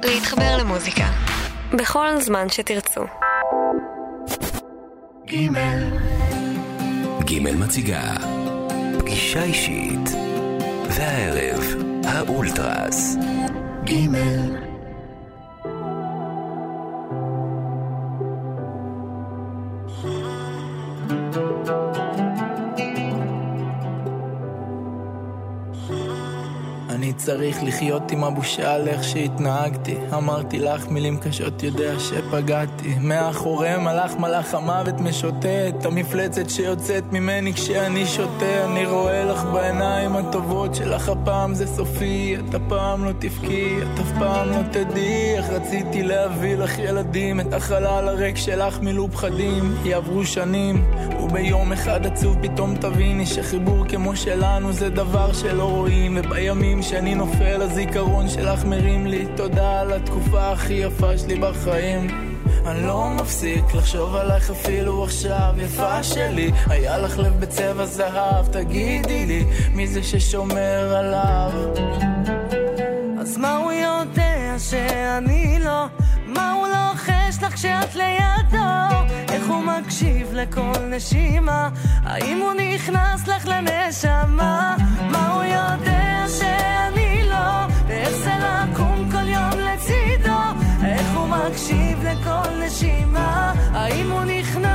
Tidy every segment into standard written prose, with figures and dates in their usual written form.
להתחבר למוזיקה בכל זמן שתרצו. ג' מציגה פגישה אישית, והערב האולטרס. ג' אני צריך לחיות עם הבושה על איך שהתנהגתי. אמרתי לך מילים קשות, יודע שפגעתי. מאחורי מלאך המוות משוטט, המפלצת שיוצאת ממני כשאני שותה. אני רואה לך בעיניים הטובות שלך, הפעם זה סופי. את הפעם לא תפקי, את אף פעם לא תדעי איך רציתי להביא לך ילדים. את החלל הריק שלך מילאו פחדים. יעברו שנים וביום אחד עצוב פתאום תביני שחיבור כמו שלנו זה דבר שלא רואים. ובימים שאני נופל הזיכרון שלך מרים לי תודה על התקופה הכי יפה שלי בחיים. אני לא מפסיק לחשוב עלייך אפילו עכשיו, יפה שלי. היה לך לב בצבע זהב, תגידי לי מי זה ששומר עליו? אז מה הוא יודע שאני לא? מה הוא לא חש לך כשאת לידו? איך הוא מקשיב לכל נשימה? האם הוא נכנס לך לנשמה? מה הוא יודע שאני לא? ואיך זה לקום כל יום לצידו? איך הוא מקשיב לכל נשימה? האם הוא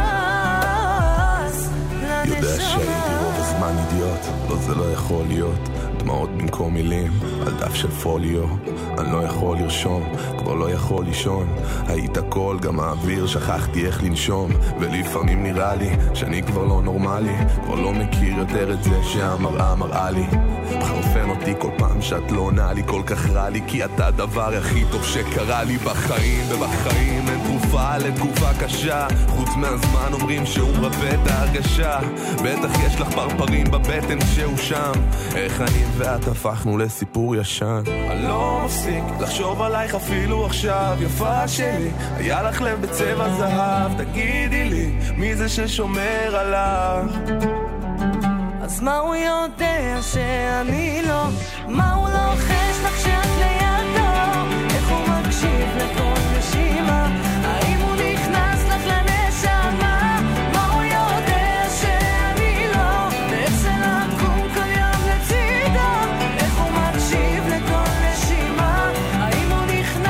נכנס לנשמה? יודע שהייתי רוב הזמן אידיוט, לא זה לא יכול להיות. דמעות במקום מילים על דף של פוליו. אני לא יכול לרשום, כבר לא יכול לישון. היית הכל, גם האוויר, שכחתי איך לנשום. ולפעמים נראה לי שאני כבר לא נורמלי, כבר לא מכיר יותר את זה שהמראה מראה לי. מחרפן אותי כל פעם שאת לא עונה לי, כל כך רע לי, כי אתה הדבר הכי טוב שקרה לי בחיים. ובחיים אין תרופה לתגובה קשה, חוץ מהזמן אומרים שהוא מרפא את ההרגשה. בטח יש לך פרפרים בבטן כשהוא שם. איך אני ואת הפכנו לסיפור ישן. אני לא מפסיק לחשוב עלייך אפילו עכשיו, יפה שלי. היה לך לב בצבע זהב, תגידי לי מי זה ששומר עליו? אז מה הוא יודע שאני לא? מה הוא לא חש לך כשאת לידו? איך הוא מקשיב לכל נשימה? האם הוא נכנס לך לנשמה? מה הוא יודע שאני לא? ואיך זה לקום כל יום לצידו? איך הוא מקשיב לכל נשימה? האם הוא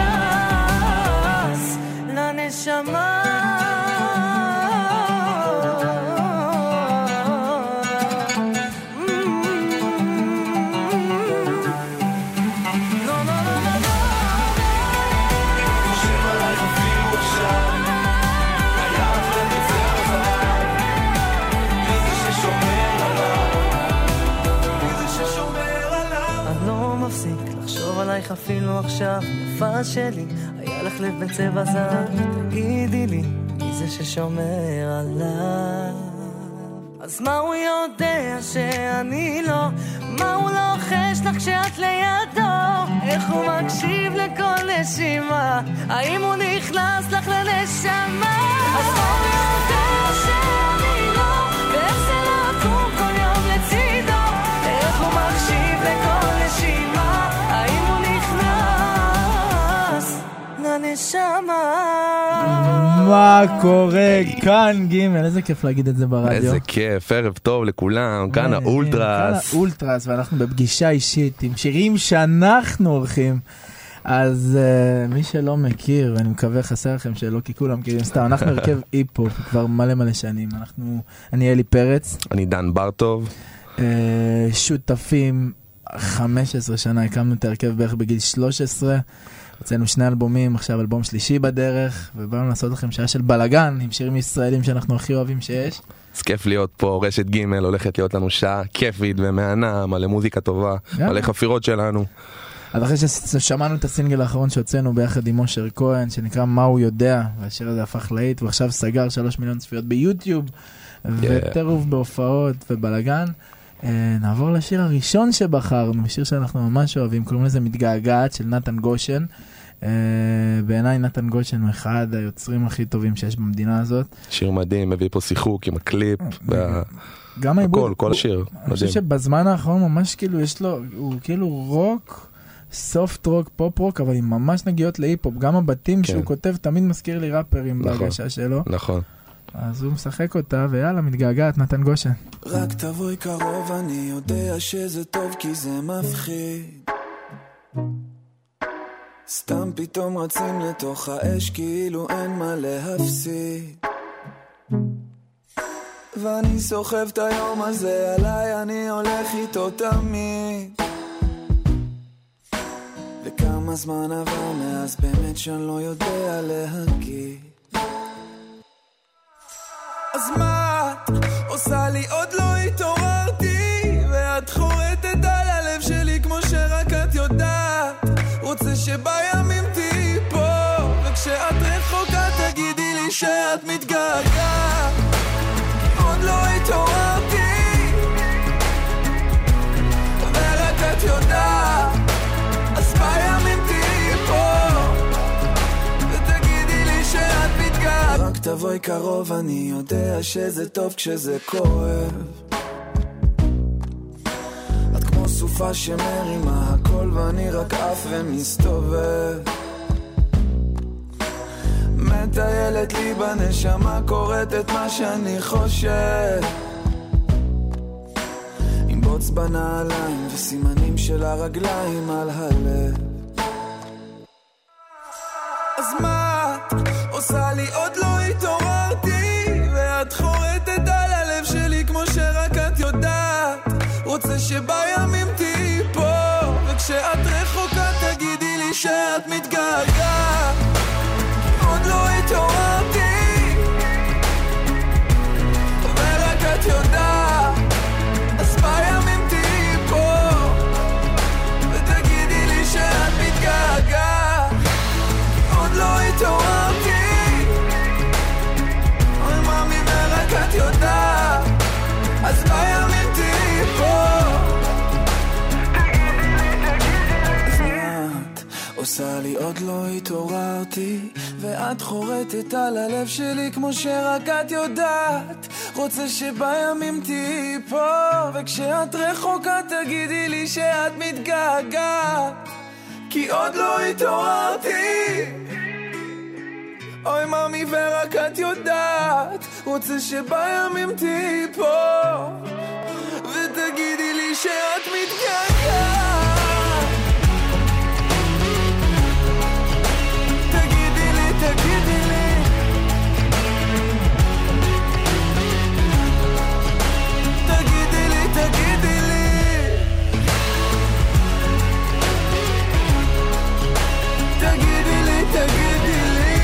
נכנס לנשמה? עלייך אפילו עכשיו, יפה שלי. היה לך לב בצבע זהב, תגידי לי מי זה ששומר עליו? אז מה הוא יודע שאני לא? מה הוא לא חש לך כשאת לידו? איך הוא מקשיב לכל נשימה? האם הוא נכנס לך לנשמה? אז מה הוא יודע שאני לא? ואיך זה לקום כל יום לצידו? איך הוא מקשיב לכל נשימה? האם הוא נכנס לנשמה? מה קורה כאן ג'? איזה כיף להגיד את זה ברדיו. איזה כיף, ערב טוב לכולם, כאן האולטרס. כאן האולטרס, ואנחנו בפגישה אישית עם שירים שאנחנו עורכים. אז מי שלא מכיר, ואני מקווה חסר לכם שלא, כי כולם מכירים סתם, אנחנו הרכב איפו כבר מלא שנים. אני אלי פרץ, אני דן ברטוב, שותפים 15 שנה, הקמנו את הרכב בערך בגיל 13, הוצאנו 2 אלבומים, עכשיו אלבום שלישי בדרך, ובאנו לעשות לכם שעה של בלגן עם שירים ישראלים שאנחנו הכי אוהבים שיש. אז כיף להיות פה, רשת ג' הולכת להיות לנו שעה כיפית ומענה, מלא מוזיקה טובה, מלא חפירות שלנו. אז אחרי ששמענו את הסינגל האחרון שהוצאנו ביחד עם אושר כהן, שנקרא מה הוא יודע, והשיר הזה הפך להיט, ועכשיו סגר 3 מיליון צפיות ביוטיוב, וטירוף בהופעות ובלגן. נעבור לשיר הראשון שבחרנו, שיר שאנחנו ממש אוהבים, קוראים לזה מתגעגעת של נתן גושן. בעיניי נתן גושן הוא אחד היוצרים הכי טובים שיש במדינה הזאת. שיר מדהים, מביא פה שיחוק עם הקליפ, גם העיבוד, כל השיר. אני חושב שבזמן האחרון ממש כאילו יש לו, הוא כאילו רוק סופט רוק, פופ רוק, אבל עם ממש נגיעות להיפ-הופ. גם הבתים שהוא כותב תמיד מזכיר לי ראפרים בהגשה שלו. נכון. אז הוא משחק אותה, ויאללה, מתגעגעת, נתן גושן. רק תבואי קרוב, אני יודע שזה טוב כי זה מפחיד. סתם פתאום רצים לתוך האש כאילו אין מה להפסיד. ואני סוחב את היום הזה עליי, אני הולך איתו תמיד. וכמה זמן עבר מאז באמת שאני לא יודע להגיד. אז מה את עושה לי? עוד לא התעוררתי, ואת חורטת על הלב שלי כמו שרק את יודעת. רוצה שבימים תהי פה, וכשאת רחוקה תגידי לי שאת מתגעגעת. עוד לא התעוררתי, ורק את יודעת. אז בימים תהי פה, ותגידי לי שאת מתגעגעת. רק תבואי קרוב, אני יודע שזה טוב כשזה כואב. את כמו סופה שמרימה הכל ואני רק עף ומסתובב. מטיילת לי בנשמה, קוראת את מה שאני חושב. עם בוץ בנעליים וסימנים של הרגליים על הלב. אז מה את עושה לי? עוד לא התעוררתי, ואת חורטת על הלב שלי כמו שרק את יודעת. רוצה שבימים תהי פה, וכשאת רחוקה תגידי לי שאת מתגעגעת. עוד לא התעוררתי, ורק את יודעת. אז בימים תהי פה, ותגידי לי שאת מתגעגעת. עוד לא התעוררתי, אוי ממי ורק את יודעת. אז בימים תהי פה. אז מה את עושה לי? עוד לא התעוררתי, ואת חורטת על הלב שלי כמו שרק את יודעת. רוצה שבימים תהי פה, וכשאת רחוקה תגידי לי שאת מתגעגעת. כי עוד לא התעוררתי, אוי ממי ורק את יודעת. רוצה שבימים תהי פה, ותגידי לי שאת מתגעגעת. תגידי לי, תגידי לי. תגידי לי, תגידי לי. תגידי לי, תגידי לי.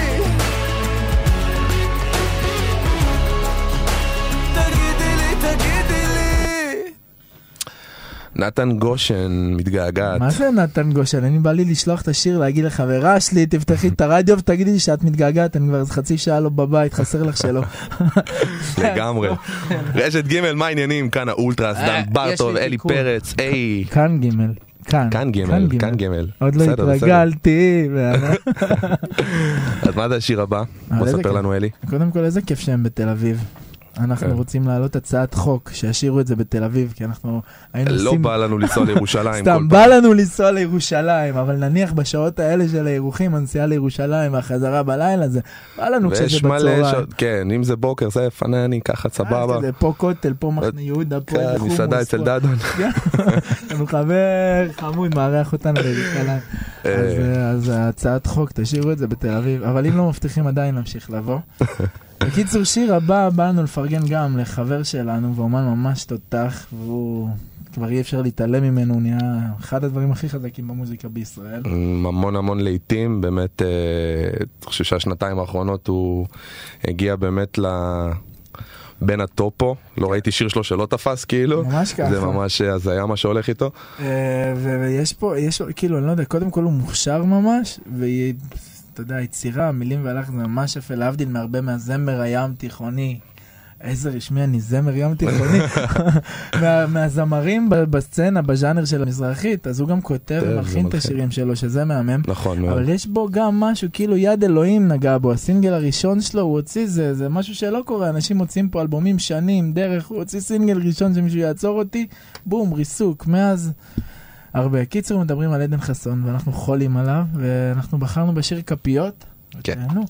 תגידי לי, תגידי לי. נתן גושן מתגעגעת. מה זה נתן גושן? אני בא לי לשלוח את השיר, להגיד לחברה שלי, תפתחי את הרדיו ותגידי לי שאת מתגעגעת, אני כבר חצי שעה לא בבית, חסר לך שלא. לגמרי. רשת ג' מה העניינים? כאן האולטרס, דן ברטוב, אלי פרץ, היי. כאן ג' כאן ג' עוד לא התרגלתי. אז מה זה השיר הבא? בוא ספר לנו אלי. קודם כל איזה כיף שהם בתל אביב. אנחנו רוצים להעלות הצעת חוק שישירו את זה בתל אביב, כי אנחנו לא בא לנו לנסוע לירושלים. סתם, בא לנו לנסוע לירושלים, אבל נניח בשעות האלה של הירוחים, הנסיעה לירושלים, החזרה בלילה, זה בא לנו כשזה בצהריים. כן, אם זה בוקר, זה פנני, ככה סבבה. פה כותל, פה מחנה יהודה, פה חומוס. מסעדה אצל דדון. אנחנו חבר חמוד, מערך אותנו לירושלים. אז הצעת חוק, תשירו את זה בתל אביב, אבל אם לא מבטיחים עדיין להמשיך לבוא. בקיצור, שיר הבא, באנו לפרגן גם לחבר שלנו, ואומן ממש תותח, והוא כבר אי אפשר להתעלם ממנו, הוא נהיה אחד הדברים הכי חזקים במוזיקה בישראל. המון המון לעיתים, באמת, אני חושב שהשנתיים האחרונות הוא הגיע באמת בין הטופו, לא ראיתי שיר שלו שלא תפס כאילו. ממש ככה. זה ממש, אז היה מה שהולך איתו. ויש פה, כאילו, אני לא יודע, קודם כל הוא מוכשר ממש, אתה יודע, יצירה, מילים והלך, זה ממש יפה, להבדיל מהרבה מהזמר הים תיכוני. איזה רשמי אני זמר ים תיכוני. מהזמרים בסצנה, בז'אנר של המזרחית, אז הוא גם כותב ומלחין את השירים שלו, שזה מהמם. נכון מאוד. אבל יש בו גם משהו, כאילו יד אלוהים נגע בו. הסינגל הראשון שלו, הוא הוציא זה משהו שלא קורה. אנשים מוצאים פה אלבומים שנים, דרך, הוא הוציא סינגל ראשון שמישהו יעצור אותי, בום, ריסוק. הרבה. קיצור, מדברים על עדן חסון, ואנחנו חולים עליו, ואנחנו בחרנו בשיר כפיות. כן. נו.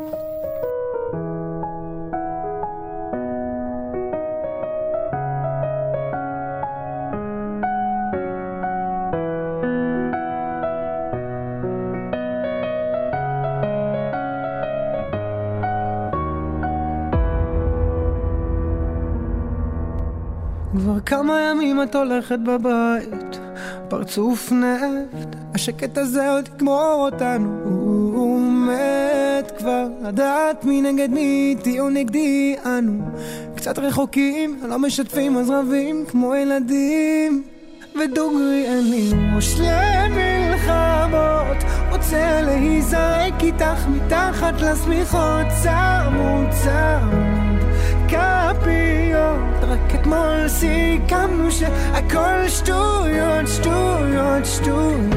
כבר כמה ימים את הולכת בבית, פרצוף נפט, השקט הזה עוד יגמור אותנו. הוא מת כבר, לדעת מי נגד מי, תהיו נגדי אנו. קצת רחוקים, לא משתפים אז רבים כמו ילדים. ודוגרי אין לי ראש למלחמות, רוצה להיזרק איתך מתחת לשמיכות. צמוד צמוד כפיות, רק אתמול סיכמנו שהכל שטויות, שטויות, שטויות.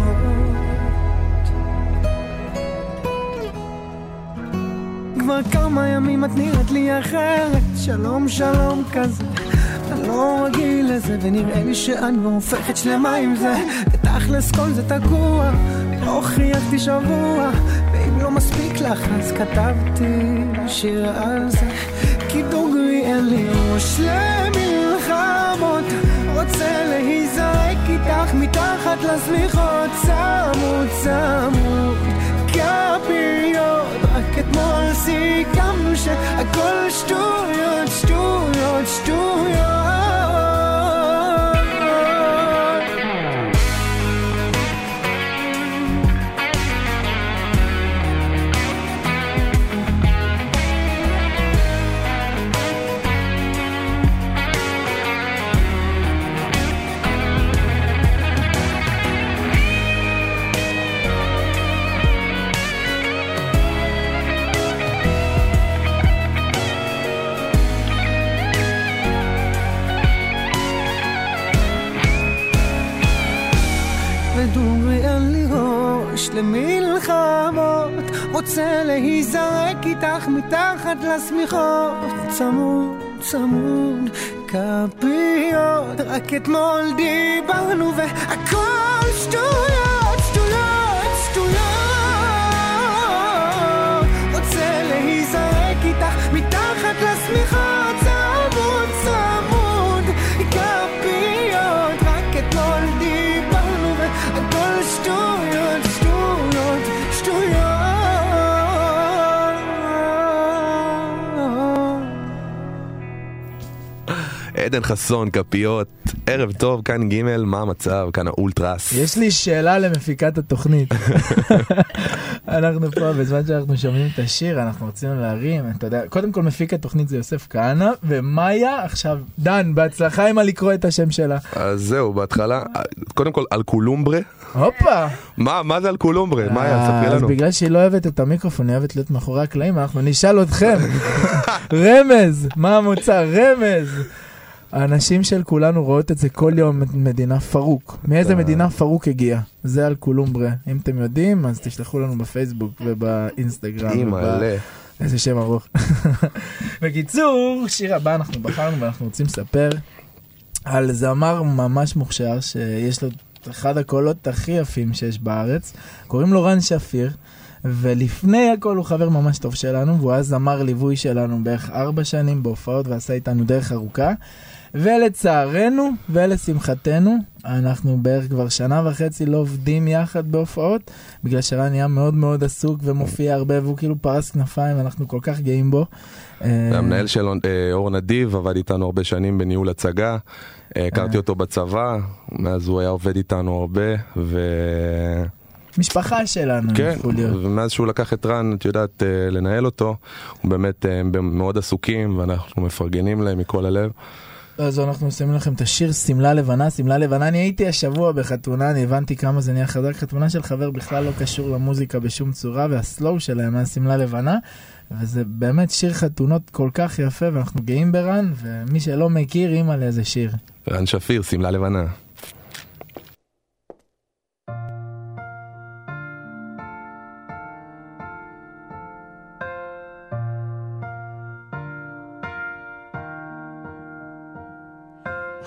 כבר כמה ימים את נראית לי אחרת, שלום שלום כזה, אני לא רגיל לזה, ונראה לי שאני לא הופכת שלמה עם זה. בתכלס כל זה תקוע, לא חייבתי שבוע, ואם לא מספיק לך אז כתבתי שיר על זה. כי דוגרי אין לי ראש למלחמות, רוצה להיזרק איתך מתחת לשמיכות. צמוד צמוד כפיות, רק אתמול סיכמנו שהכל שטויות, שטויות, שטויות. למלחמות, רוצה להיזרק איתך מתחת לשמיכות. צמוד צמוד כפיות, רק אתמול דיברנו והכל שטויות, שטויות, שטויות. רוצה להיזרק איתך מתחת לשמיכות. צמוד צמוד כפיות, רק אתמול דיברנו והכל שטויות, שטויות, שטויות. עדן חסון, כפיות, ערב טוב, כאן ג' מה המצב, כאן האולטרס. יש לי שאלה למפיקת התוכנית. אנחנו פה, בזמן שאנחנו שומעים את השיר, אנחנו רצינו להרים, אתה יודע, קודם כל מפיק התוכנית זה יוסף כהנא, ומאיה, עכשיו, דן, בהצלחה עם לקרוא את השם שלה. אז זהו, בהתחלה, קודם כל, על קולומברה. הופה! מה זה על קולומברה? מאיה, ספרי לנו. אז בגלל שהיא לא אוהבת את המיקרופון, היא אוהבת להיות מאחורי הקלעים, אנחנו נשאל אתכם. רמז, מה המוצא? רמז. האנשים של כולנו רואות את זה כל יום, מדינה פרוק. מאיזה מדינה פרוק הגיע? זה על קולומברה. אם אתם יודעים, אז תשלחו לנו בפייסבוק ובאינסטגרם. איזה שם ארוך. בקיצור, שיר הבא אנחנו בחרנו ואנחנו רוצים לספר על זמר ממש מוכשר, שיש לו אחד הקולות הכי יפים שיש בארץ. קוראים לו רן שפיר. ולפני הכל הוא חבר ממש טוב שלנו, והוא היה זמר ליווי שלנו בערך 4 שנים בהופעות, ועשה איתנו דרך ארוכה. ולצערנו ולשמחתנו, אנחנו בערך כבר 1.5 שנה לא עובדים יחד בהופעות, בגלל שרן נהיה מאוד מאוד עסוק ומופיע הרבה, והוא כאילו פרס כנפיים, ואנחנו כל כך גאים בו. המנהל של אור נדיב עבד איתנו הרבה שנים בניהול הצגה, הכרתי אותו בצבא, מאז הוא היה עובד איתנו הרבה, משפחה שלנו. כן, ומאז שהוא לקח את רן, את יודעת, לנהל אותו, הוא באמת מאוד עסוקים, ואנחנו מפרגנים להם מכל הלב. אז אנחנו עושים לכם את השיר סמלה לבנה. סמלה לבנה, אני הייתי השבוע בחתונה, אני הבנתי כמה זה נהיה חזק. חתונה של חבר בכלל לא קשור למוזיקה בשום צורה, והסלואו שלהם היה סמלה לבנה, וזה באמת שיר חתונות כל כך יפה, ואנחנו גאים ברן, ומי שלא מכיר, אימא לאיזה שיר. רן שפיר, סמלה לבנה.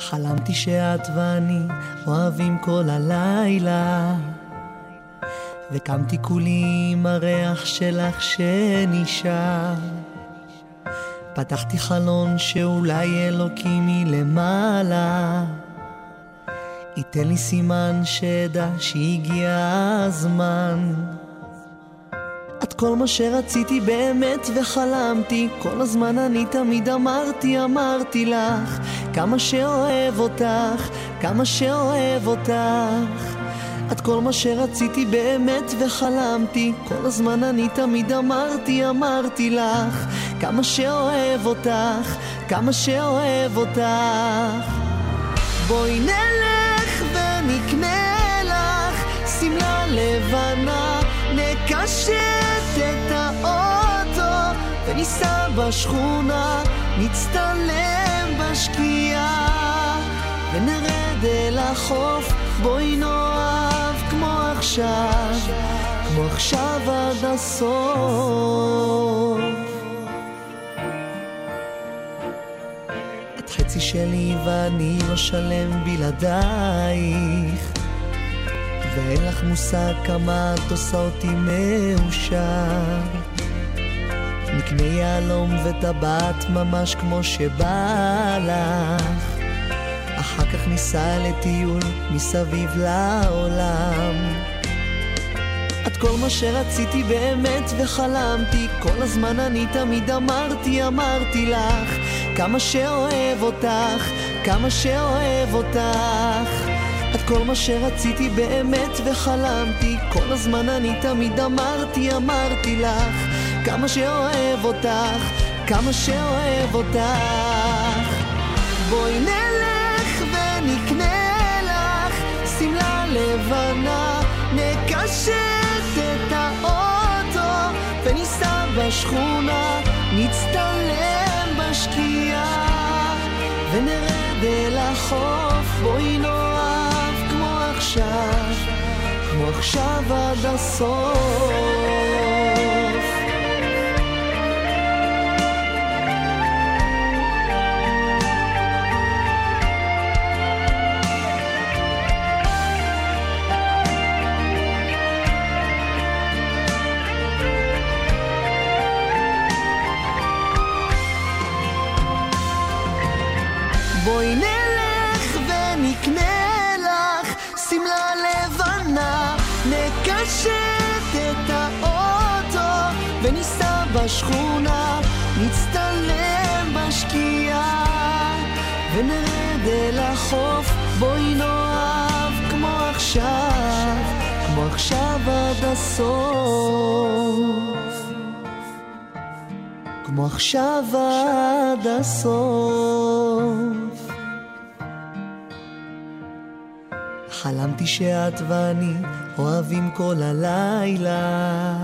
חלמתי שאת ואני אוהבים כל הלילה, וקמתי כולי עם הריח שלך שנשאר. פתחתי חלון שאולי אלוקים מלמעלה ייתן לי סימן שדע שהגיע הזמן. את כל מה שרציתי באמת וחלמתי, כל הזמן אני תמיד אמרתי לך כמה שאוהב אותך, כמה שאוהב אותך. את כל מה שרציתי באמת וחלמתי, כל הזמן אני תמיד אמרתי לך כמה שאוהב אותך, כמה שאוהב אותך. בואי נלך ונקנה לך סמלה לבנה, נקשט את האוטו וניסע בשכונה, נצטלם בשקיעה ונרד אל החוף. בואי נאהב כמו עכשיו, כמו עכשיו עד הסוף. את חצי שלי ואני לא שלם בלעדייך, ואין לך מושג כמה את עושה אותי מאושר. נקנה יעלום וטבעת ממש כמו שבא לך, אחר כך ניסע לטיול מסביב לעולם. את כל מה שרציתי באמת וחלמתי, כל הזמן אני תמיד אמרתי לך כמה שאוהב אותך, כמה שאוהב אותך. את כל מה שרציתי באמת וחלמתי, כל הזמן אני תמיד אמרתי לך כמה שאוהב אותך, כמה שאוהב אותך. בואי נלך ונקנה לך סמלה לבנה, נקשט את האוטו וניסע בשכונה, נצטלם בשקיעה ונרד אל החוף. בואי נאהב כמו עכשיו, כמו עכשיו עד הסוף. בואי נלך ונקנה לך סמלה לבנה, נקשט את האוטו וניסע בשכונה, נצטלם בשקיעה ונרד אל החוף. בואי נאהב כמו עכשיו, כמו עכשיו עד הסוף, כמו עכשיו עד הסוף. חלמתי שאת ואני אוהבים כל הלילה.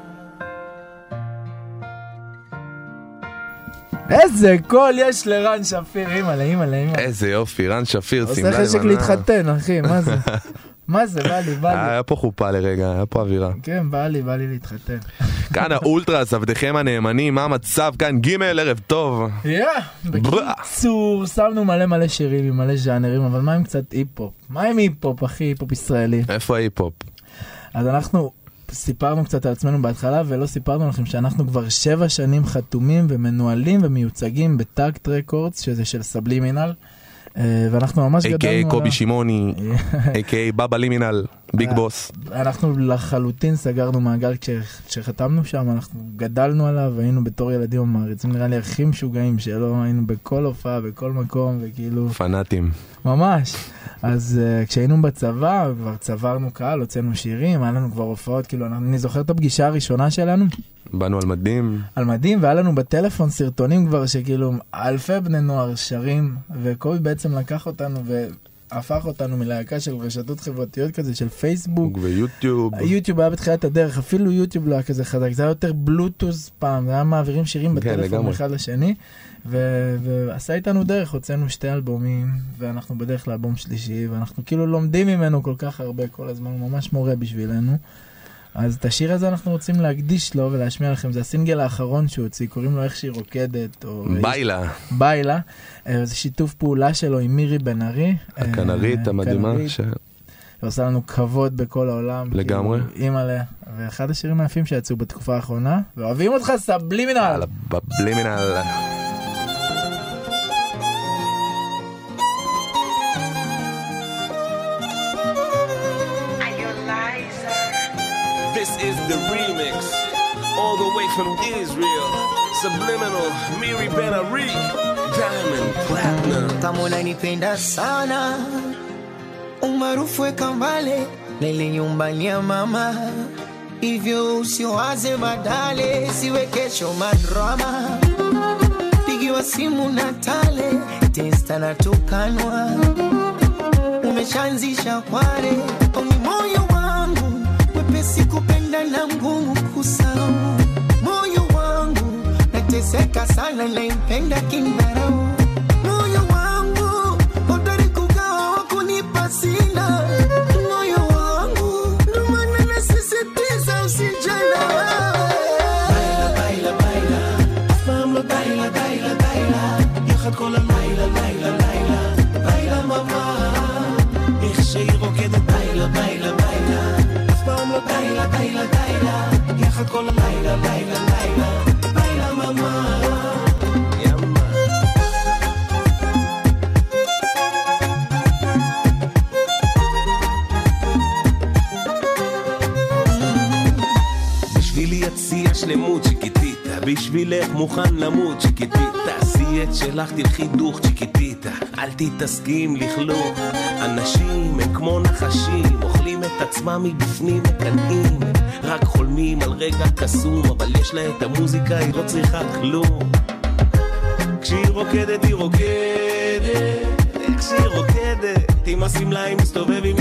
איזה קול יש לרן שפיר, אימא'לה. איזה יופי, רן שפיר, סמלה לבנה. עושה חשק להתחתן, אחי, מה זה? מה זה, בא לי. היה פה חופה לרגע, היה פה אווירה. כן, בא לי להתחתן. כאן האולטרס, עבדיכם הנאמנים, מה המצב? כאן ג' ערב טוב. בקיצור, שמנו מלא שירים עם מלא ז'אנרים, אבל מה עם קצת היפ-הופ? מה עם היפ-הופ, אחי, היפ-הופ ישראלי? איפה ההיפ-הופ? אז אנחנו סיפרנו קצת על עצמנו בהתחלה, ולא סיפרנו לכם שאנחנו כבר 7 שנים חתומים ומנוהלים ומיוצגים בטאקט רקורדס, שזה של סבלימינל. ואנחנו ממש גדלנו... A.K.A. קובי שימוני, A.K.A. בבא לימינל, ביג בוס. אנחנו לחלוטין סגרנו מעגל כשחתמנו שם, אנחנו גדלנו עליו, היינו בתור ילדים המעריצים, נראה לי הכי משוגעים שלא, היינו בכל הופעה, בכל מקום, וכאילו... פנאטים. ממש. אז כשהיינו בצבא, כבר צברנו קהל, הוצאנו שירים, היה לנו כבר הופעות, כאילו, אני זוכר את הפגישה הראשונה שלנו. באנו על מדים. על מדים, והיה לנו בטלפון סרטונים כבר שכאילו אלפי בני נוער שרים, וקובי בעצם לקח אותנו והפך אותנו מלהקה של רשתות חברתיות כזה, של פייסבוק. ויוטיוב. יוטיוב היה בתחילת הדרך, אפילו יוטיוב לא היה כזה חזק, זה היה יותר בלוטוס פעם, זה היה מעבירים שירים בטלפון אחד לשני, ועשה איתנו דרך, הוצאנו 2 אלבומים, ואנחנו בדרך לאלבום שלישי, ואנחנו כאילו לומדים ממנו כל כך הרבה כל הזמן, הוא ממש מורה בשבילנו. אז את השיר הזה אנחנו רוצים להקדיש לו ולהשמיע לכם. זה הסינגל האחרון שהוא הוציא, קוראים לו איך שהיא רוקדת. ביילה. ביילה. זה שיתוף פעולה שלו עם מירי בן ארי. הכנרית המדהימה. ועושה לנו כבוד בכל העולם. לגמרי. אימאלה. ואחד השירים היפים שיצאו בתקופה האחרונה. ואוהבים אותך, סבלימינל. בבלימינל. This is the remix, all the way from Israel. Subliminal, Miri Ben Ari, Diamond Platinum. Kama unanipenda sana, umaarufu weka mbale, lele nyumbani ya mama. Hivyo usiwaze badale, siwe kesho madrama. Pigiwa simu na tale, testa na tukanwa. Umeshaanzisha kware, oni moyo wangu wepesi kupenda na ngumu kusahau. Moyo wangu nateseka sana na impenda kindarau. Moyo wangu hodari kugawa wakunipa sina. Moyo wangu ndo maana nasisitiza usijana. Baila, baila, baila, famlo baila, baila, baila. Yakhad kol al-laila, laila, laila. Baila mama, איך שהיא רוקדת. baila, baila, baila. Vamos baila, baila, baila. יחד כל הלילה, לילה, לילה. baila mama. בשבילי יציע שלמות שקיטיטה, בשבילך מוכן למות שקיטיטה. תעשי את שלך, תלכי דוך שקיטיטה, אל תתעסקי עם לכלוך. אנשים הם כמו נחשים, אוכלים את עצמם מבפנים מקנאים, רק חולמים על רגע קסום, אבל יש לה את המוזיקה, היא לא צריכה כלום. כשהיא רוקדת היא רוקדת, כשהיא רוקדת עם הסמלה היא מסתובבת, היא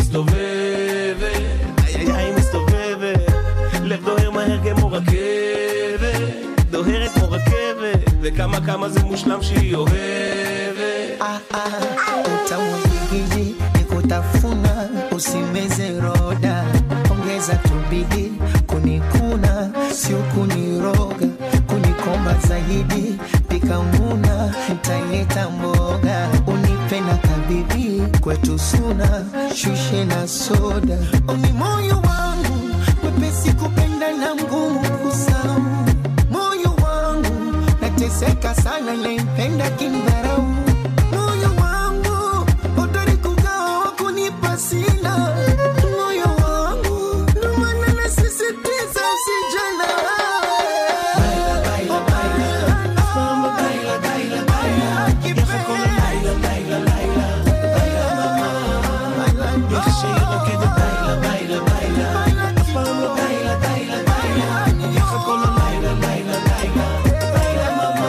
מסתובבת, לב דוהר מהר כמו רכבת, דוהרת כמו רכבת, וכמה זה מושלם שהיא אוהבת. Utamwigiji nikutafuna usimeze roda, ongeza tubidi kunikuna sio kuniroga, kunikomba zaidi pika nguna nitaileta mboga, unipe na kabibi kwetu suna shushe na soda. Oni moyo wangu wepesi kupenda na ngumu kusahau. Moyo wangu nateseka sana na impenda kindarau. Moyo wangu hodari kugawa wakunipa sina. Moyo wangu ndo maana nasisitiza usijana. Baila, baila, baila. Mama baila, baila, baila. Yakhad kol al-laila, laila, laila. Baila mama. איך שהיא רוקדת. baila, baila, baila. Mama baila, baila, baila. Yakhad kol al-laila, laila, laila. Baila mama.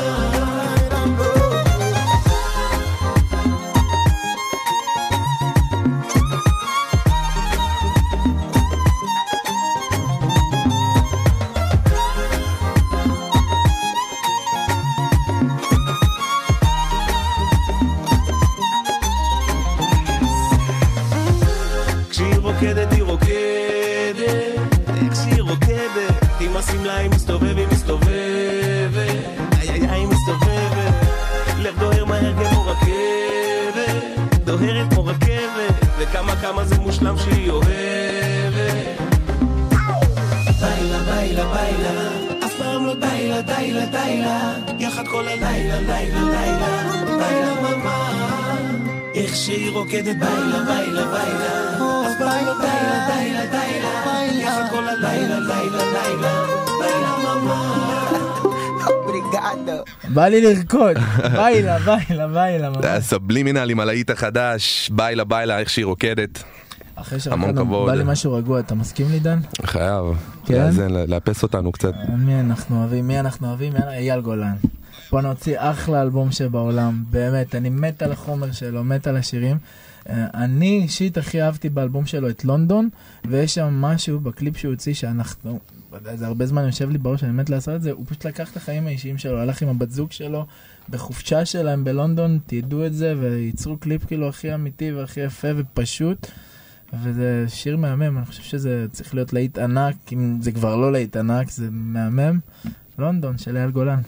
כשהיא רוקדת היא רוקדת, איך שהיא רוקדת עם הסמלה היא מסתובבת, היא מסתובבת, לב דוהר מהר כמו רכבת, דוהרת כמו רכבת, וכמה זה מושלם שהיא אוהבת. ביילה, ביילה, ביילה, אף פעם לא ביילה, דיילה, דיילה, יחד כל הלילה, לילה, לילה, ביילה ממה, איך שהיא רוקדת. ביילה, ביילה, ביילה, אף פעם לא ביילה, דיילה, דיילה, יחד כל הלילה, לילה, לילה, ביילה ממה. בא לי לרקוד, ביילה, ביילה, ביילה. זה הסבלימינל עם הלהיט החדש, ביילה, ביילה, איך שהיא רוקדת. אחרי שרקדנו, בא לי משהו רגוע, אתה מסכים לי דן? חייב, כן? לאפס אותנו קצת. מי אנחנו אוהבים? אייל גולן. בוא נוציא אחלה אלבום שבעולם, באמת, אני מת על החומר שלו, מת על השירים. אני אישית הכי אהבתי באלבום שלו את לונדון, ויש שם משהו בקליפ שהוא הוציא שאנחנו, זה הרבה זמן יושב לי בראש, אני מת לעשות את זה, הוא פשוט לקח את החיים האישיים שלו, הלך עם הבת זוג שלו, בחופשה שלהם בלונדון, תדעו את זה, וייצרו קליפ כאילו הכי אמיתי והכי יפה ופשוט, וזה שיר מהמם, אני חושב שזה צריך להיות להיט ענק, אם זה כבר לא להיט ענק, זה מהמם. לונדון של אייל גולן.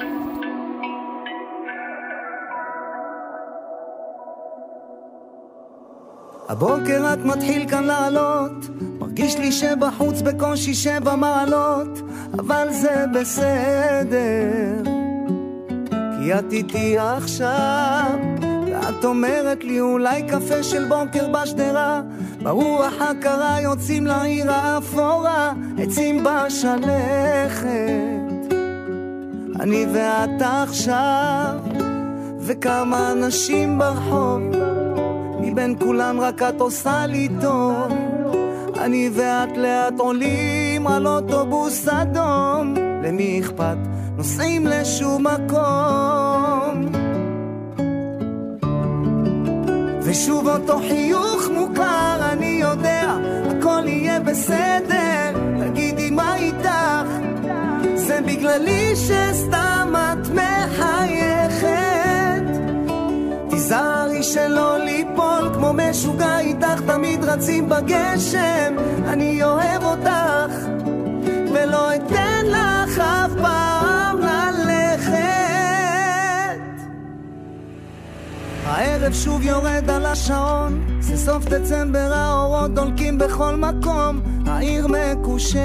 הבוקר רק מתחיל כאן לעלות, מרגיש לי שבחוץ בקושי 7 מעלות, אבל זה בסדר, כי את איתי עכשיו, ואת אומרת לי אולי קפה של בוקר בשדרה, ברוח הקרה יוצאים לעיר האפורה, עצים בשלכת, אני ואת עכשיו, וכמה אנשים ברחוב, מבין כולם רק את עושה לי טוב, אני ואת לאט עולים על אוטובוס אדום, למי אכפת? נוסעים לשום מקום, ושוב אותו חיוך מוכר, אני יודע הכל יהיה בסדר, תגידי מה איתך, זה בגללי שסתם את מחייכת, תיזהרי שלא ליפול כמו משוגע איתך, תמיד רצים בגשם, אני אוהב אותך ולא אתן לך אף פעם ללכת. הערב שוב יורד על השעון, זה סוף דצמבר, האורות דולקים בכל מקום, העיר מקושטת,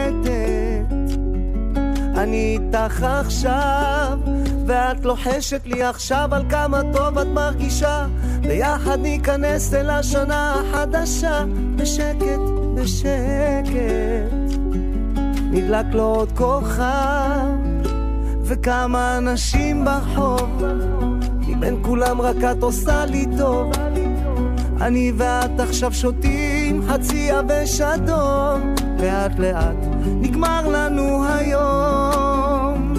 אני איתך עכשיו, ואת לוחשת לי עכשיו על כמה טוב את מרגישה, ביחד ניכנס אל השנה החדשה, בשקט בשקט, נדלק לו עוד כוכב, וכמה אנשים ברחוב, מבין כולם רק את עושה לי טוב, אני ואת עכשיו שותים חצי יבש אדום, לאט לאט נגמר לנו היום,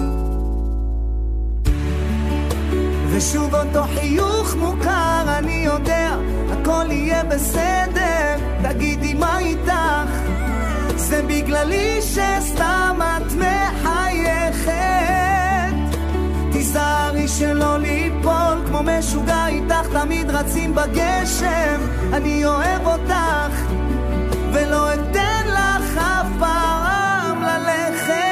ושוב אותו חיוך מוכר, אני יודע הכל יהיה בסדר, תגידי מה איתך, זה בגללי שסתם את מחייכת, תיזהרי שלא ליפול כמו משוגע איתך, תמיד רצים בגשם, אני אוהב אותך ולא אתן לך אף פעם ללכת.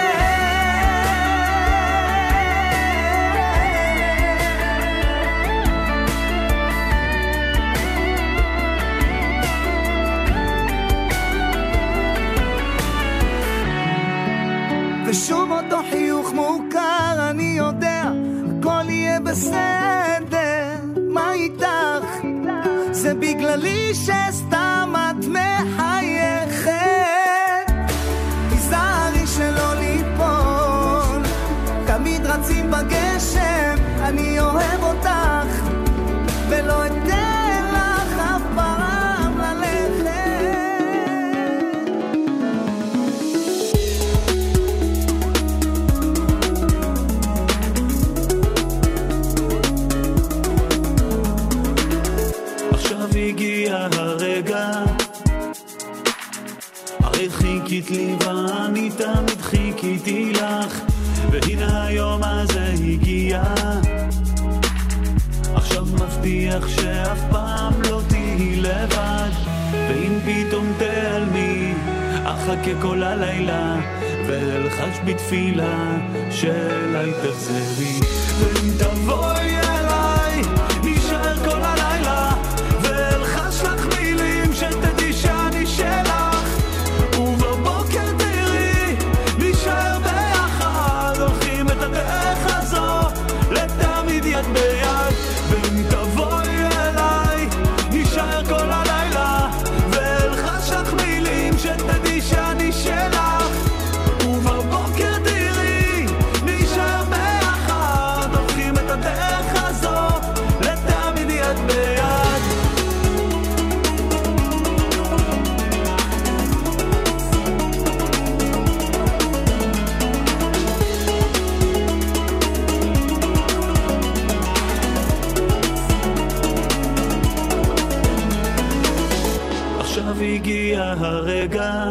ושוב אותו חיוך מוכר, אני יודע הכל יהיה בסדר, מה איתך? זה בגללי שסתם את מחייכת, תיזהרי שלא ליפול, תמיד רצים בגשם, אני אוהב אותך ולא אתן לך אף פעם ללכת. הגיע הרגע, הרי חיכית לי ואני תמיד חיכיתי לך, והנה היום הזה הגיע, עכשיו מבטיח שאף פעם לא תהי לבד, ואם פתאום תעלמי אחכה כל הלילה ואלחש בתפילה שאליי תחזרי, ואם תבואי אליי נשאר כל הלילה ואלחש לך מילים שתדעי שאני שלך, ובבוקר תראי נשאר ביחד, הולכים את הדרך הזו לתמיד יד ביד, ואם תבואי אליי נשאר כל הלילה ואלחש לך מילים שתדעי שאני שלך, ובבוקר תראי נשאר ביחד, הולכים את הדרך הזו לתמיד יד ביד. עכשיו הגיע הרגע,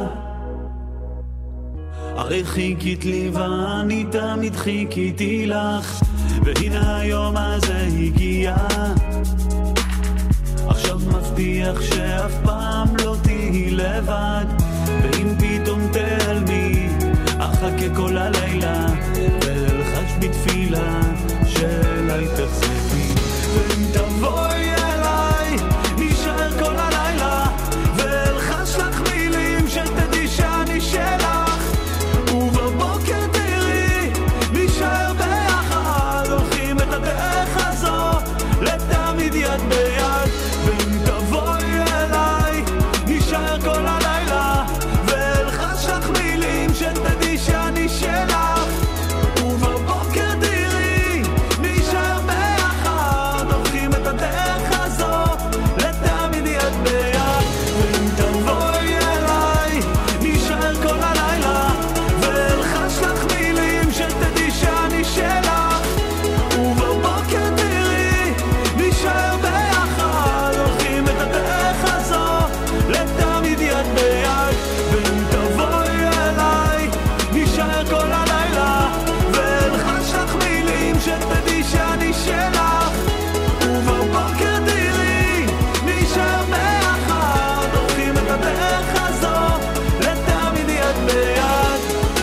הרי חיכית לי ואני תמיד חיכיתי לך, והנה היום הזה הגיע, עכשיו מבטיח שאף פעם לא תהי לבד, ואם פתאום תעלמי אחכה כל הלילה ואלחש בתפילה שאליי תחזרי, ואם תבואי אליי נשאר כל הלילה ואלחש לך מילים שתדעי שאני שלך, ובבוקר תראי נשאר ביחד, הולכים את הדרך הזו לתמיד יד ביד, ואם תבואי אליי נשאר כל הלילה ואלחש לך מילים שתדעי שאני שלך, ובבוקר תראי נשאר ביחד, הולכים את הדרך הזו לתמיד יד ביד, ואם תבואי אליי נשאר כל הלילה ואלחש לך מילים שתדעי שאני שלך, ובבוקר תראי נשאר ביחד, הולכים את הדרך הזו לתמיד יד ביד, ואם תבואי אליי נשאר כל הלילה ואלחש לך מילים שתדעי שאני שלך, ובבוקר תראי נשאר ביחד, הולכים את הדרך הזו לתמיד יד ביד.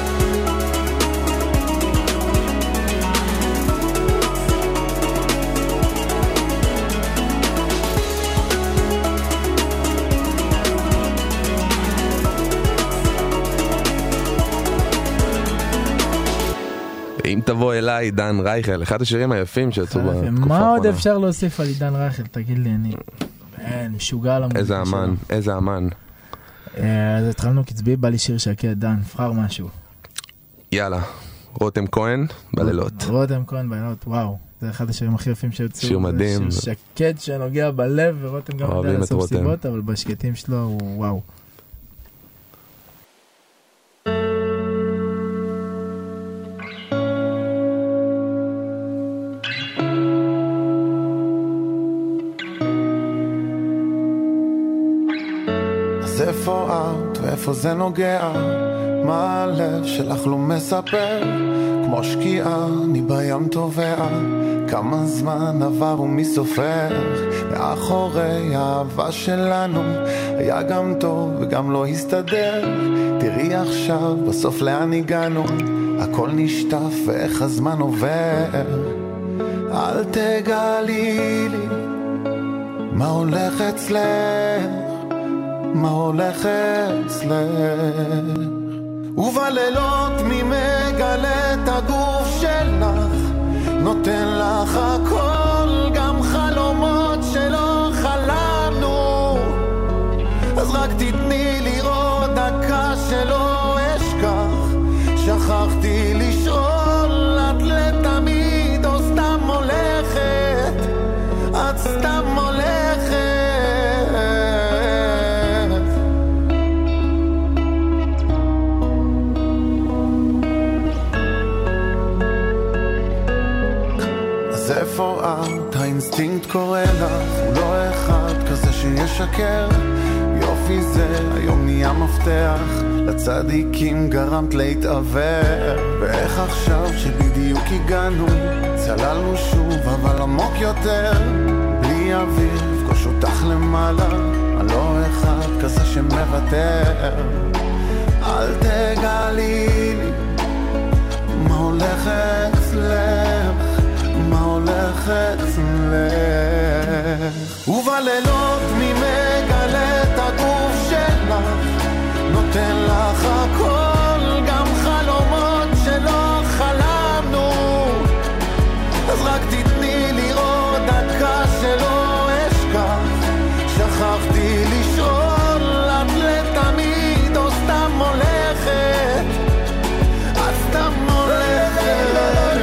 אם תבוא אליי, דן רייכל, אחד השירים היפים שיצאו בתקופה האחרונה. מה עוד אפשר להוסיף על עידן רייכל? תגיד לי, אני משוגע על המוזיקה איזה אמן, איזה אמן. אז התחלנו קצבי, בא לי שיר שקט, דן, נבחר משהו. יאללה, רותם כהן, בלילות. רותם כהן, בלילות, וואו. זה אחד השירים הכי יפים שיוצאו. שיר מדהים. שיר שקט שנוגע בלב, ורותם גם יודע לעשות סיבות, אבל בשקטים שלו הוא וואו. אז איפה את ואיפה זה נוגע? מה הלב שלך לא מספר? כמו שקיעה אני בים טובע, כמה זמן עבר ומי סופר? מאחורי האהבה שלנו היה גם טוב וגם לא הסתדר. תראי עכשיו בסוף לאן הגענו, הכל נשטף ואיך הזמן עובר. אל תגלי לי מה הולך אצלך, מה הולך אצלך, ובלילות מי מגלה את הגוף שלך, נותן לך הכל, גם חלומות שלא חלמנו. אז רק תתני לי עוד דקה שלא אשכח, שכחתי לשאול, את לתמיד או סתם הולכת, את סתם הולכת. איפה את? האינסטינקט קורא לך, הוא לא אחד כזה שישקר. יופי זה היום נהיה מפתח, לצדיקים גרמת להתעבר. ואיך עכשיו שבדיוק הגענו, צללנו שוב אבל עמוק יותר, בלי אוויר לפגוש אותך למעלה, אני לא אחד כזה שמוותר. אל תגלי לי מה הולך אצלך, מה הולך אצלך, ובלילות מי מגלה את הגוף שלך, נותן לך הכל, גם חלומות שלא חלמנו. אז רק תתני לי עוד דקה שלא אשכח, שכחתי לשאול, את לתמיד או סתם הולכת, את סתם הולכת.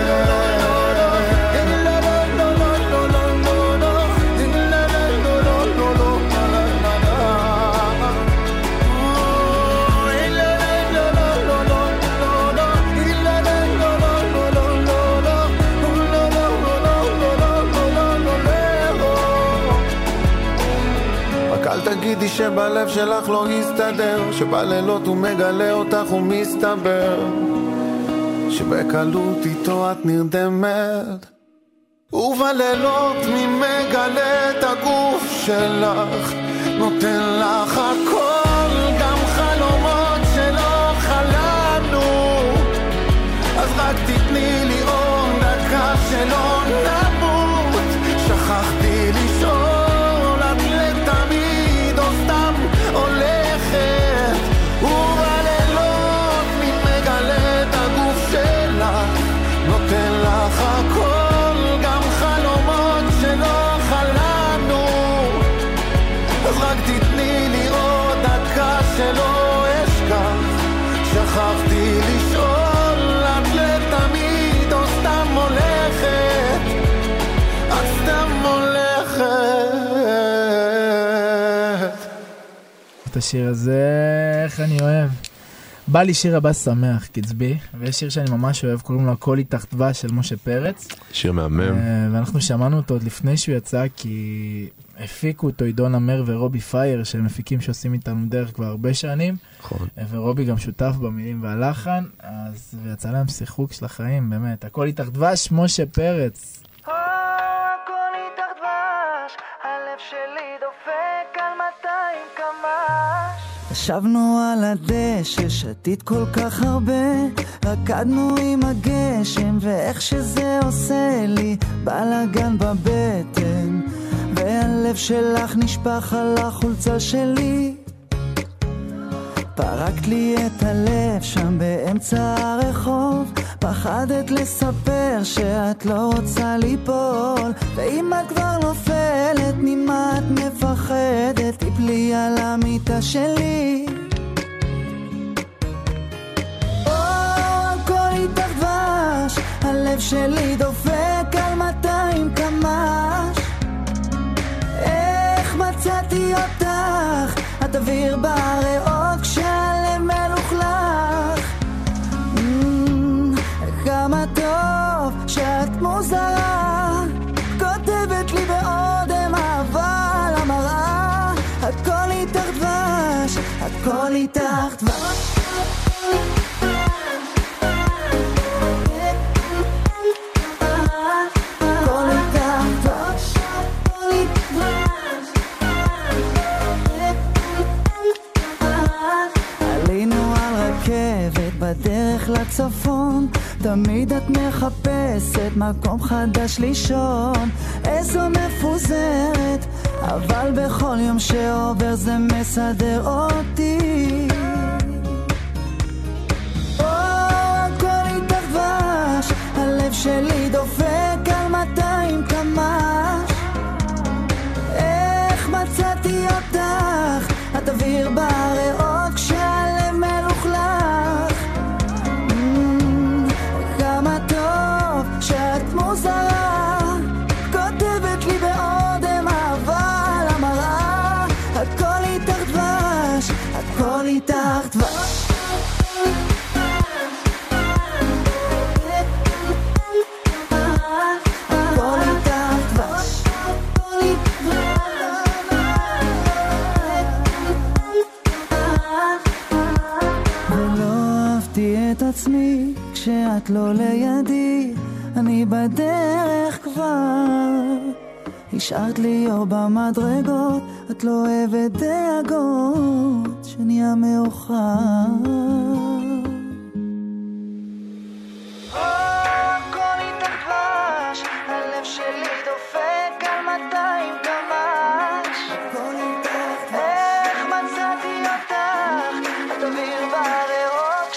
תגידי שבלב שלך לא הסתדר, שבלילות הוא מגלה אותך ומסתבר, שבקלות איתו את נרדמת, ובלילות מי מגלה את הגוף שלך, נותן לך הכל, שלא אשכח, שכחתי לשאול, את לתמיד או סתם הולכת, את סתם הולכת. את השיר הזה, איך אני אוהב. בא לי שיר הבא שמח, קצבי, ויש שיר שאני ממש אוהב, קוראים לו הכל איתך דבש של משה פרץ. שיר מהמם. ואנחנו שמענו אותו עוד לפני שהוא יצא, כי הפיקו אותו עידון אמר ורובי פייר, שהם מפיקים שעושים איתנו דרך כבר הרבה שנים. נכון. ורובי גם שותף במילים והלחן, אז יצא להם שיחוק של החיים, באמת. הכל איתך דבש, משה פרץ. הכל איתך דבש, הלב שלי דופק על 200 קמ"ש. ישבנו על הדשא, שתית כל כך הרבה, רקדנו עם הגשם, ואיך שזה עושה לי בלגן בבטן, והלב שלך נשפך על החולצה שלי. פרקת לי את הלב שם באמצע הרחוב, פחדת לספר שאת לא רוצה ליפול, ואם את כבר נופלת ממה את מפחדת, תיפלי על המיטה שלי. הכל איתך דבש, הלב שלי דופק על 200 קמ"ש. איך מצאתי אותך, את אוויר בריאות כשהלב מלוכלך. כמה טוב שאת מוזרה, כותבת לי באודם אהבה על המראה. הכל איתך דבש, הכל איתך דבש. בדרך לצפון, תמיד את מחפשת מקום חדש לישון. איזו מפוזרת, אבל בכל יום שעובר זה מסדר אותי. הכל איתך דבש, הלב שלי דופק על 200 קמ"ש. איך מצאתי אותך, את אוויר בריאות כשהלב מלוכלך. כמה טוב שאת מוזרה, כותבת לי באודם אהבה על המראה. הכל איתך דבש, הכל איתך דבש. את עצמי כשאת לא לידי, אני בדרך כבר. השארת לי אור במדרגות, את לא אוהבת דאגות שנהיה מאוחר. הכל איתך דבש, הלב שלי דופק על 200 קמ"ש. הכל איתך דבש, איך מצאתי אותך, את אוויר בריאות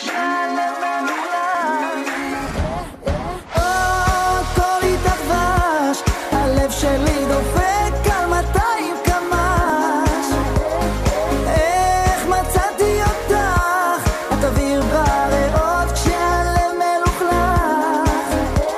שלי דופק על 200 קמ"ש. איך מצאתי אותך, את אוויר בריאות כשהלב מלוכלך.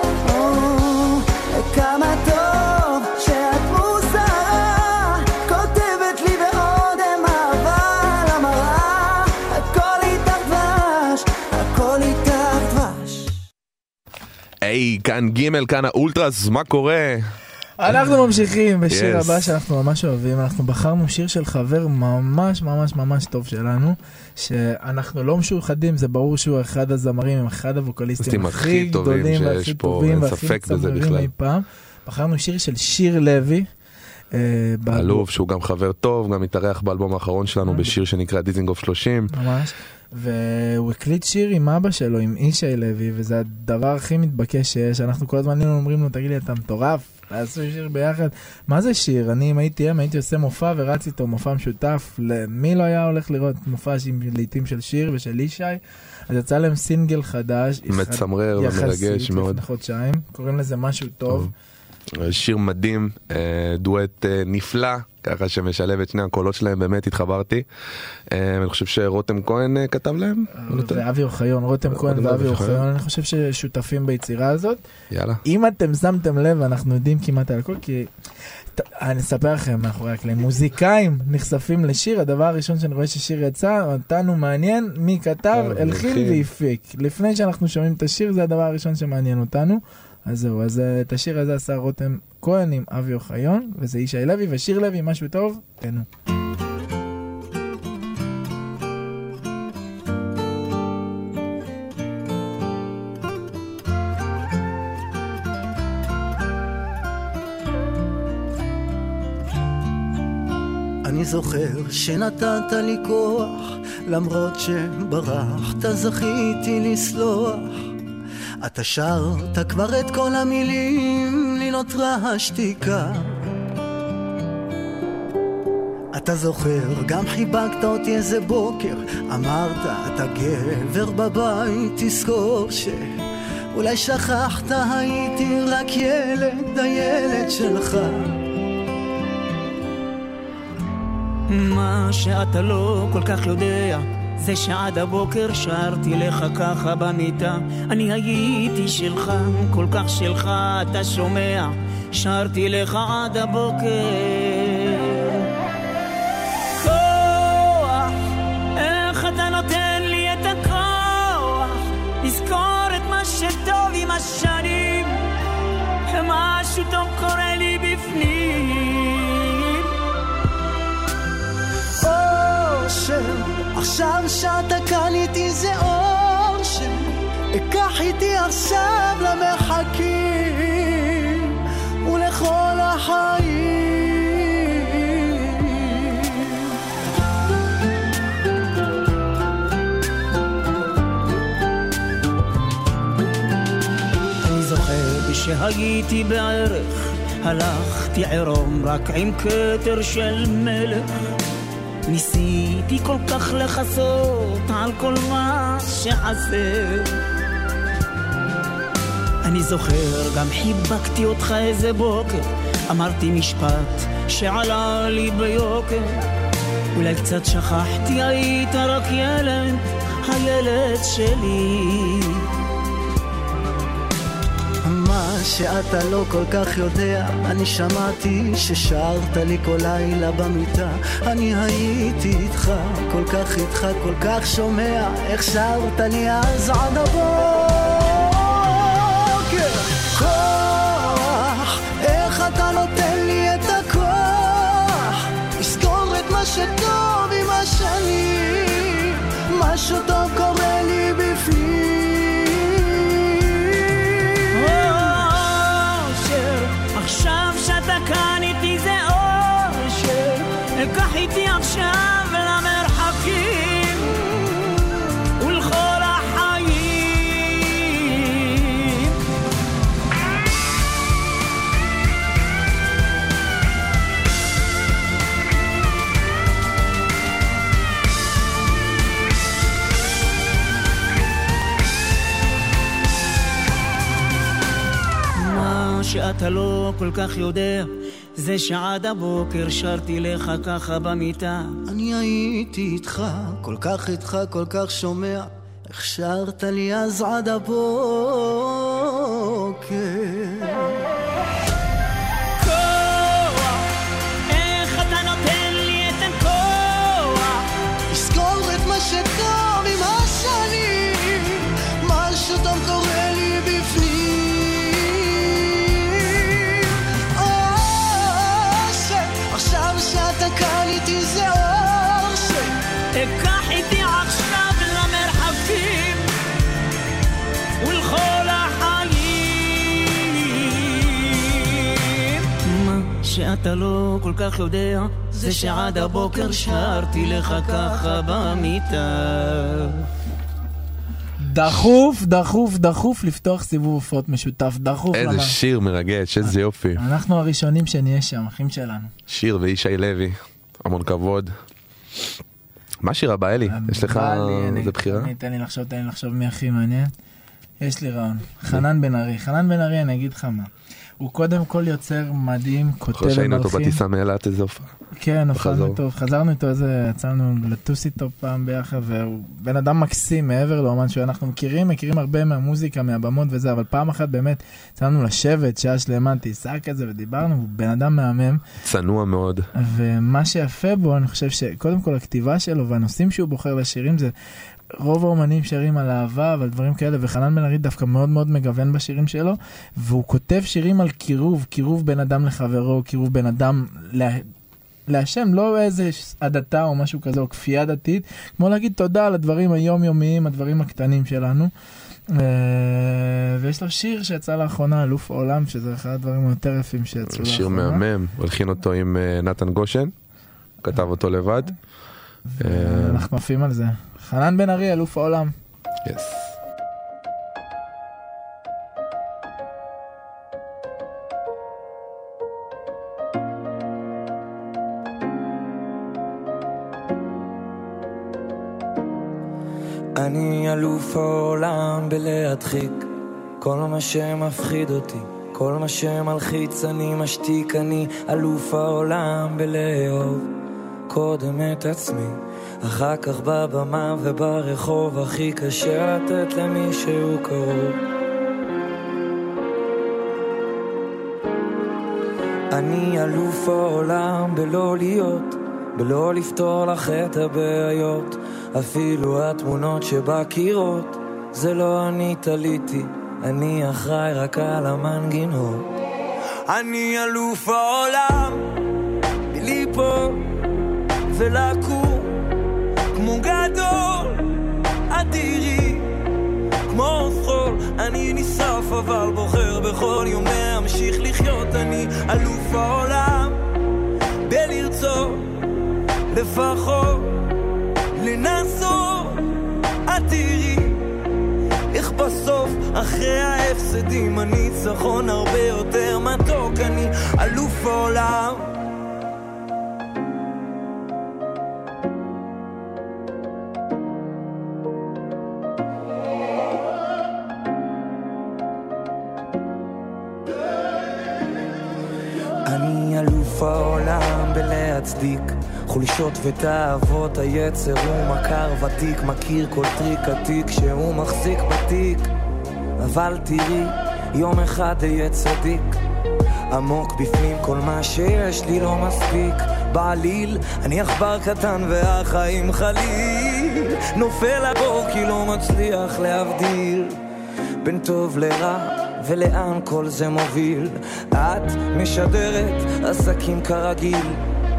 כמה טוב שאת מוזרה, כותבת לי באודם אהבה על המראה. הכל איתך דבש, הכל איתך דבש. היי, כאן ג' כאן האולטרס, מה קורה? אנחנו ממשיכים בשיר הבא שאנחנו ממש אוהבים. אנחנו בחרנו שיר של חבר ממש ממש ממש טוב שלנו, שאנחנו לא משוחדים, זה ברור שהוא אחד הזמרים, אחד הווקליסטים הכי גדולים והכי טובים והכי צמרים אי פעם. בחרנו שיר של שיר לוי, אלוף, שהוא גם חבר טוב, גם התארח באלבום האחרון שלנו בשיר שנקרא דיזינגוף 30. ממש. והוא הקליט שיר עם אבא שלו, עם ישי לוי, וזה הדבר הכי מתבקש שיש. אנחנו כל הזמן אומרים לו, תגיד לי, אתה מטורף, לעשו שיר ביחד. מה זה שיר? אני, אם הייתי עושה מופע ורץ איתו, מופע משותף. למי לא היה הולך לראות מופע עם לעיתים של שיר ושל ישי? אז יצא להם סינגל חדש. מצמרר ומרגש מאוד. לפני חודשיים. קוראים לזה משהו טוב. שיר מדהים, דואט נפלא, ככה שמשלב את שני הקולות שלהם, באמת התחברתי. אני חושב שרותם כהן כתב להם. ואבי אוחיון, רותם כהן ואבי אוחיון, אני חושב ששותפים ביצירה הזאת. יאללה. אם אתם שמתם לב, אנחנו יודעים כמעט על הכל, כי אני אספר לכם מאחורי הקלעים, מוזיקאים נחשפים לשיר, הדבר הראשון שאני רואה ששיר יצא, אותנו מעניין מי כתב, הלחין והפיק. לפני שאנחנו שומעים את השיר, זה הדבר הראשון שמעניין אותנו. אז זהו, אז את השיר הזה עשה רותם כהן עם אבי אוחיון, וזה ישי לוי ושיר לוי, משהו טוב, תנו. אני זוכר שנתת לי כוח, למרות שברחת זכיתי לסלוח. אתה שרת כבר את כל המילים, לי נותרה השתיקה. אתה זוכר, גם חיבקת אותי איזה בוקר, אמרת, אתה גבר בבית, תזכור שאולי שכחת, הייתי רק ילד, הילד שלך. מה שאתה לא כל כך יודע, זה שעד הבוקר שרתי לך ככה במיטה. אני הייתי שלך, כל כך שלך, אתה שומע? שרתי לך עד הבוקר. כוח, איך אתה נותן לי את הכוח לזכור את מה שטוב עם השנים, משהו טוב קורה לי בפנים. עכשיו שאתה כאן איתי זה אושר, אקח איתי עכשיו למרחקים ולכל החיים. אני זוכר שהייתי בערך, הלכתי עירום רק עם כתר של מלך, ניסיתי כל כך לחסות על כל מה שחסר. אני זוכר, גם חיבקתי אותך איזה בוקר, אמרתי משפט שעלה לי ביוקר, אולי קצת שכחתי, היית רק ילד, הילד שלי. מה שאתה לא כל כך יודע, אני שמעתי ששרת לי כל לילה במיטה. אני הייתי איתך, כל כך איתך, כל כך שומע איך שרת לי אז עד הבוקר. כוח, איך אתה נותן לי את הכוח לזכור את מה שטוב עם השנים, משהו טוב קורה לי בפנים. עכשיו שאתה כאן איתי זה אושר, אקח איתי עכשיו למרחקים ולכל החיים. מה שאתה לא כל כך יודע, זה שעד הבוקר שרתי לך ככה במיטה. אני הייתי איתך, כל כך איתך, כל כך שומע איך שרת לי אז עד הבוקר. כוח, איך אתה נותן לי את הכוח לזכור את מה שטוב עם השנים, משהו טוב קורה לי בפנים. עכשיו שאתה כאן איתי זה אושר, אקח איתי עכשיו למרחקים ולכל החיים. מה שאתה לא כל כך יודע, זה שעד הבוקר שרתי לך ככה במיטה. דחוף, דחוף, דחוף לפתוח סיבוב הופעות משותף, דחוף. איזה שיר מרגש, איזה יופי. אנחנו הראשונים שנהיה שם, אחים שלנו. שיר וישי לוי, המון כבוד. מה שיר הבא, אלי? יש לך איזה בחירה? תן לי לחשוב מי הכי מעניין. יש לי רעיון. חנן בן ארי, אני אגיד לך מה. הוא קודם כל יוצר מדהים, כותב ומלחין. שהיינו אותו בטיסה מאילת איזה הופעה. כן, הופענו טוב, חזרנו איתו איזה, יצאנו לטוס איתו פעם ביחד, והוא בן אדם מקסים מעבר לאומן שאנחנו מכירים הרבה מהמוזיקה, מהבמות וזה, אבל פעם אחת באמת יצאנו לשבת, שעה שלמה, טיסה כזה, ודיברנו, הוא בן אדם מהמם. צנוע מאוד. ומה שיפה בו, אני חושב שקודם כל הכתיבה שלו, והנושאים שהוא בוחר לשירים זה, רוב האומנים שרים על אהבה ועל דברים כאלה, וחנן בן ארי דווקא מאוד מאוד מגוון בשירים שלו, והוא כותב שירים על קירוב בין אדם לחברו, קירוב בין אדם להשם, לא איזה עדתה או משהו כזה, או כפייה דתית, כמו להגיד תודה על הדברים היומיומיים, הדברים הקטנים שלנו. ויש לו שיר שיצא לאחרונה, אלוף העולם, שזה אחד הדברים היותר יפים שיצאו לאחרונה. שיר מהמם, הולחין אותו עם נתן גושן, כתב אותו לבד. אנחנו מפים על זה. חנן בן ארי, אלוף העולם. Yes. אני אלוף העולם בלהדחיק כל מה שמפחיד אותי, כל מה שמלחיץ אני משתיק. אני אלוף העולם בלאהוב קודם את עצמי, אחר כך בבמה וברחוב הכי קשה לתת למישהו קרוב. אני אלוף העולם בלא להיות, בלא לפתור לך את הבעיות, אפילו התמונות שבקירות זה לא אני תליתי, אני אחראי רק על המנגינות. אני אלוף העולם בליפול ולקום כמו גדול אדירי, כמו חול אני נשרף אבל בוחר בכל יום להמשיך לחיות. אני אלוף העולם בלרצות לפחות לנסות, תראי איך בסוף אחרי ההפסדים הניצחון הרבה יותר מתוק. אני אלוף העולם. אני אלוף העולם בלהצדיק חולשות ותאוות היצר, הוא מכר ותיק, מכיר כל טריק עתיק שהוא מחזיק בתיק. אבל תראי, יום אחד יהיה צדיק, עמוק בפנים כל מה שיש לי לא מספיק. בעליל, אני אכבר קטן והחיים חליל, נופל הבור כי לא מצליח להבדיל בין טוב לרע ולאן כל זה מוביל. את משדרת עסקים כרגיל,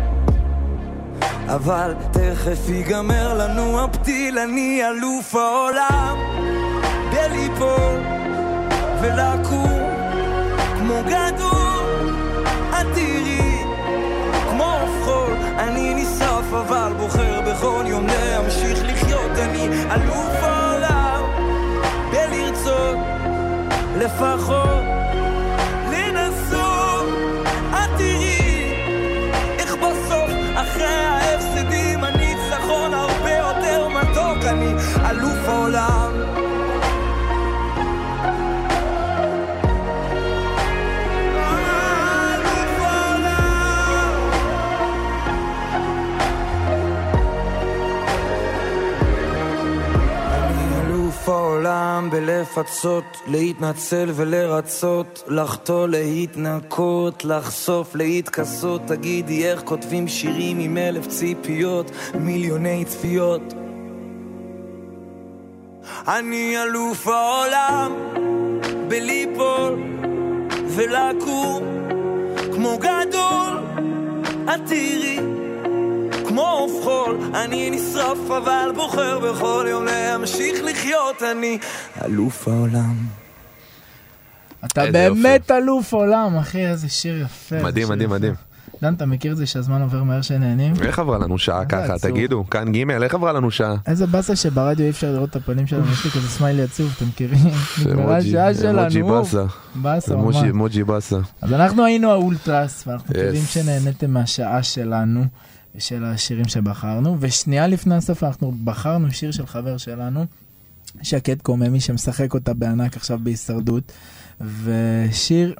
אבל תכף ייגמר לנו הפתיל. אני אלוף העולם בליפול ולקום כמו גדול אדירי, כמו חול אני נשרף אבל בוחר בכל יום להמשיך לחיות. אני אלוף העולם בלרצות לפחות לנסות, תראי איך בסוף אחרי ההפסדים הניצחון הרבה יותר מתוק. אני אלוף העולם. העולם בלפצות, להתנצל ולרצות, לחטוא להתנקות, לחשוף להתכסות. תגידי איך כותבים שירים עם 1000 ציפיות, מיליוני צפיות. אני אלוף העולם בליפול ולקום כמו גדול עתירי, כמו חול אני נשרף אבל בוחר בכל יום להמשיך לחיות. אני אלוף העולם. אתה באמת אלוף עולם, אחי, איזה שיר יפה. מדהים, מדהים, מדהים. דן, אתה מכיר את זה שהזמן עובר מהר שנהנים? איך עברה לנו שעה ככה? תגידו, כאן ג' איך עברה לנו שעה? איזה באסה שברדיו אי אפשר לראות את הפנים שלנו, יש לי כזה סמיילי עצוב, אתם מכירים? נגמרה השעה שלנו. אמוג'י באסה. באסה, ממש. אמוג'י באסה. אז אנחנו היינו האולטרס, ואנחנו מקווים שנהנתם מהשעה שלנו, של השירים שבחרנו, ושנייה לפני הסוף אנחנו בחרנו שיר של חבר שלנו, שקד קוממי שמשחק אותה בענק עכשיו בהישרדות, ושיר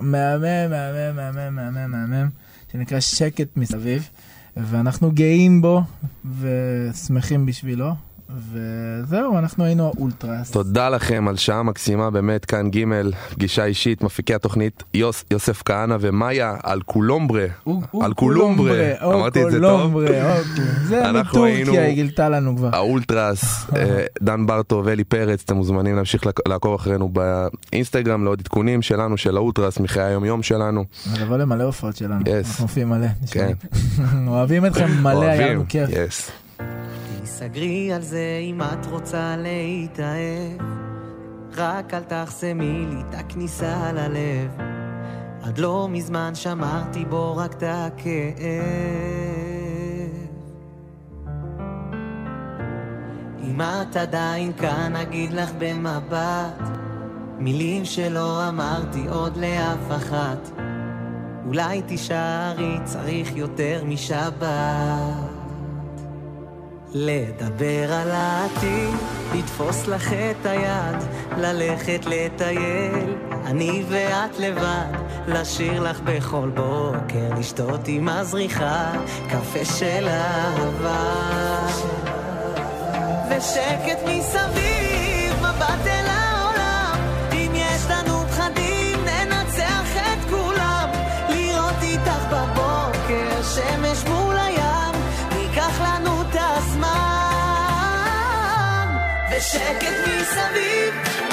מהמם שנקרא שקט מסביב, ואנחנו גאים בו ושמחים בשבילו, וזהו, אנחנו היינו האולטרס. תודה לכם על שעה מקסימה, באמת כאן ג' פגישה אישית, מפיקי התוכנית יוסף כהנא ומאיה על קולומברה, על קולומברה, אמרתי את זה טוב? זה מטורקיה, היא גילתה לנו כבר. האולטרס, דן ברטו ואלי פרץ, אתם מוזמנים להמשיך לעקוב אחרינו באינסטגרם, לעוד עדכונים שלנו, של האולטרס, מחיי היום יום שלנו. ולבוא למלא הופעות שלנו, אנחנו מופיעים מלא. אוהבים אתכם מלא, היה לנו כיף. סגרי על זה אם את רוצה להתאהב, רק אל תחסמי לי את הכניסה ללב, עד לא מזמן שמרתי בו רק את הכאב. אם את עדיין כאן אגיד לך במבט מילים שלא אמרתי עוד לאף אחת, אולי תישארי, צריך יותר משבת. לדבר על העתיד, לתפוס לך את היד, ללכת לטייל, אני ואת לבד, לשיר לך בכל בוקר, לשתות עם הזריחה, קפה של אהבה, ושקט מסביב, מבט אל העולם, אם יש לנו פחדים ננצח את כולם, לראות איתך בבוקר, שמש מול הים, ניקח לנו את הזמן, ושקט מסביב,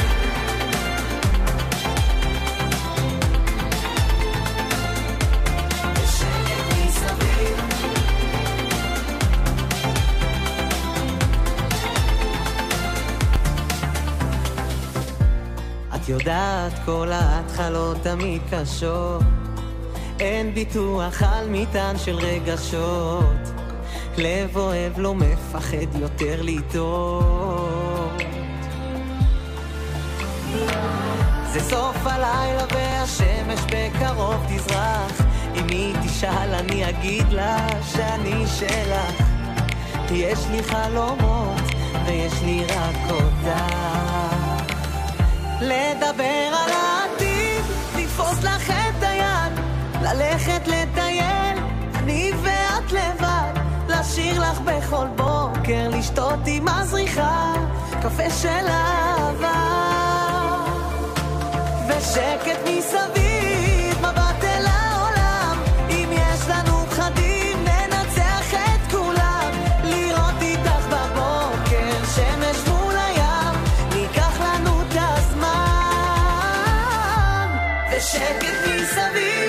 ושקט מסביב, את יודעת כל ההתחלות תמיד קשות, אין ביטוח על מטען של רגשות, לב אוהב לא מפחד יותר לטעות, זה סוף הלילה והשמש בקרוב תזרח, אם היא תשאל אני אגיד לה שאני שלך, יש לי חלומות ויש לי רק אותך, לדבר על העתיד, לתפוס לך את היד, ללכת לטייל, אני ואת לבד, לשיר לך בכל בוקר, לשתות עם הזריחה, קפה של אהבה, ושקט מסביב, מבט אל העולם, אם יש לנו פחדים ננצח את כולם, לראות איתך בבוקר, שמש מול הים, ניקח לנו את הזמן, ושקט מסביב,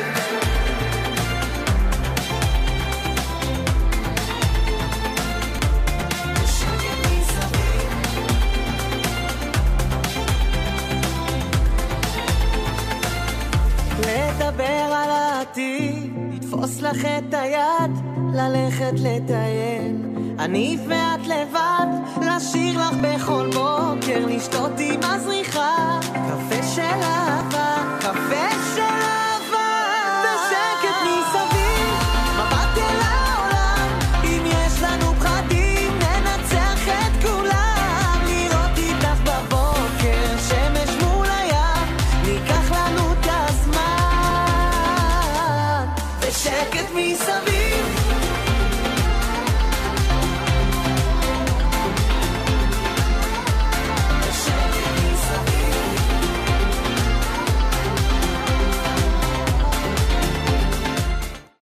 לדבר על העתיד, לתפוס לך את היד, ללכת לטייל, אני ואת לבד, לשיר לך בכל בוקר, לשתות עם הזריחה,